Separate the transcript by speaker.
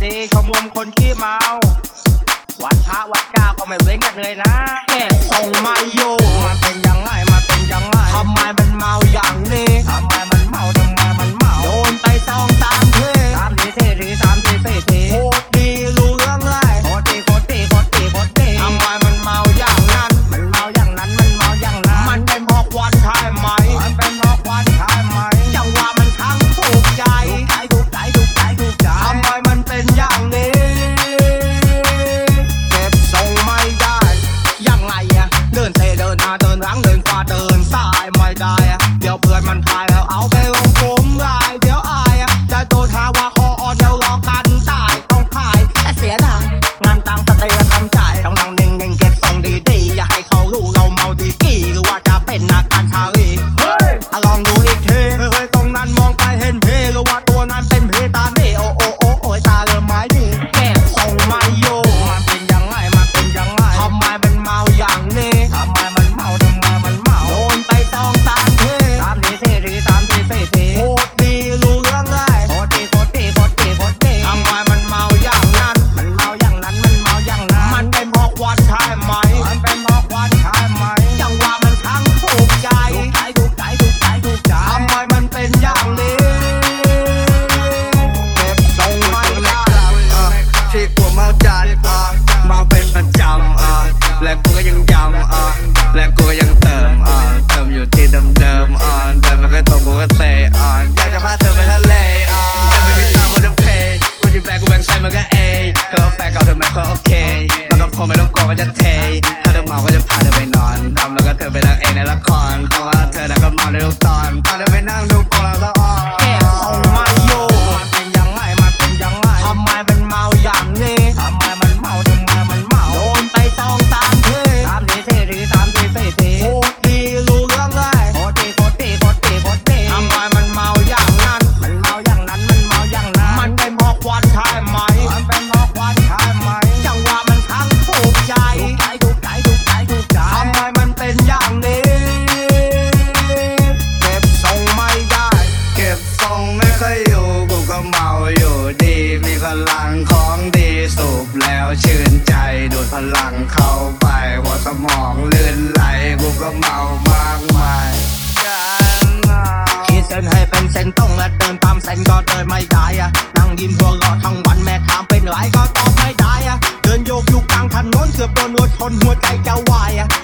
Speaker 1: ดีชมรมคนขี้เมาวัดพระวัดเจ้าก็ไม่เว้นกันเลยนะ
Speaker 2: แค่ส่งมาโย
Speaker 1: มันเป็นยังไงมันเป็นยังไง
Speaker 2: ทำไมมันเมาอย่างนี้
Speaker 1: ทำไมมันเมาทำไมมันเมา
Speaker 2: โดนไป2-3เท
Speaker 1: 3 ที3 ที4 ที
Speaker 2: โคตรดีรู้เรื่องเลย
Speaker 1: โคตรดีโคตรดีโคตรดีโคตรดี
Speaker 2: ทำไมมันเมาอย่างนั้น
Speaker 1: มันเมาอย่างนั้นมันเมาอย่างนั้น
Speaker 2: มันเป็นเพราะควันใช่ไหม
Speaker 1: มันเป็นเพราะควันใช่ไหม
Speaker 2: จังหวะมันทั้งถูกใจ
Speaker 1: ถูกใจถูกใจถูกใจ
Speaker 2: ทำไมมันเป็นอย่างนี้เก็บทรงไม่ได้ยังไงอะเดินเตะเดินหน้าเดินหลังเดินขวาเดินซ้ายไม่ได้อะเดี๋ยวเพื่อนมันพายแล้วเอาไปลงผมรายเดี๋ยวอายอะจะโดนหาว่าคออ่อนเดี๋ยวรอกันตายต้องขายแต่เสียดายงานตั้งสติทำใจต้องนั่งนิ่งๆเก็บทรงดีๆอย่าให้เขารู้เราเมาดีกี่หรือว่าจะเป็นอาการชาลีลองดูอีกทีเฮ้ยตรงนั้นมองไปเห็นเพหรือว่าตัวนั้นเป็นเพตาเน่โอ้ตาเริ่มไม้ดีแก่ส่งมาโย
Speaker 1: มันเป็นยังไงมันเป็นยังไง
Speaker 2: ทำไมมันเมาอย่างนี้
Speaker 1: ทำไมมันเมาทำไมมันเมา
Speaker 2: โดนไป2-3 ที
Speaker 1: 3 ที4 ที3 ที4 ที
Speaker 2: โคตรดีรู้เรื่องเลย
Speaker 1: โคตรดีโคตรดีโคตรดีโคตรดี
Speaker 2: ทำไมมันเมาอย่างนั้น
Speaker 1: มันเมาอย่างนั้นมันเมาอย่างนั้น
Speaker 2: มันเป็นเพราะควันใช่ไหม
Speaker 1: มันเป็นเพราะควันใช่ไหม
Speaker 2: จังหวะมันทั้งถูกใจ
Speaker 1: ถูกใจถูกใจถูกใจ
Speaker 2: ทำไมมันเป็นอย่างนี้เก็บทรงไม่ได้
Speaker 3: ที่กูเมาจัดเมาเป็นประจำและกูก็ยังย้ำและกูก็ยังเติมอยู่ที่เดิมเดิมมันก็ตกกูก็เตะอยากจะพาเธอไปทะเลแต่ไม่มีตังค์กูจะเพย์กูจะแบกกูแบงใส่มันก็เอเธอเอาแฟนเก่าเธอไม่ค่อยโอเคมันก็คงไม่ต้องกลัวว่าจะเทถ้าเธอเมาก็จะพาเธอไปนอนทำแล้วก็เธอไปรักเองในละครเพราะว่าเธอน่ะก็เมาในทุกตอนพาเธอไปนั่งดูกองแล้วก็
Speaker 2: แก่ส่งมาโย
Speaker 1: มันเป็นยังไงมันเป็นยังไง
Speaker 2: ทำไมมันเมาอย่างนี้
Speaker 1: ทำไมมันเมาทำไมมันเมา
Speaker 2: โดนไป2-3 ที
Speaker 1: 3 ที4 ที3 ที4 ที
Speaker 2: โคตรดีรู้เรื่องเลย
Speaker 1: โคตรดีโคตรดีโคตรดีโคตรดี
Speaker 2: ทำไมมันเมาอย่างนั้น
Speaker 1: มันเมาอย่างนั้นมันเมาอย่างนั้น
Speaker 2: มันเป็นเพราะควันใช่ไหม
Speaker 1: มันเป็นเพราะควันใช่ไหม
Speaker 2: จังหวะมันทั้งถูกใจ
Speaker 1: ถูกใจถูกใจถูกใจ
Speaker 2: ทำไมมันเป็นอย่างนี้เก็บทรงไม่ได้
Speaker 3: เก็บทรงไม่ค่อยอยู่กูก็เมาอยู่ดีมีพลังของดีสูบแล้วชื่นใจดูดพลังเข้าไปหัวสมองลื่นไหลกูก็เมามากมาย
Speaker 2: ขีดเส้นให้เป็นเส้นตรงและเดินตามเส้นก็เดินไม่ได้อะนั่งยิ้มหัวเราะทั้งวันแม่ถามเป็นไรก็ตอบไม่ได้อะเดินโยกอยู่กลางถนนเกือบโดนรถชนหัวใจจะวายอะ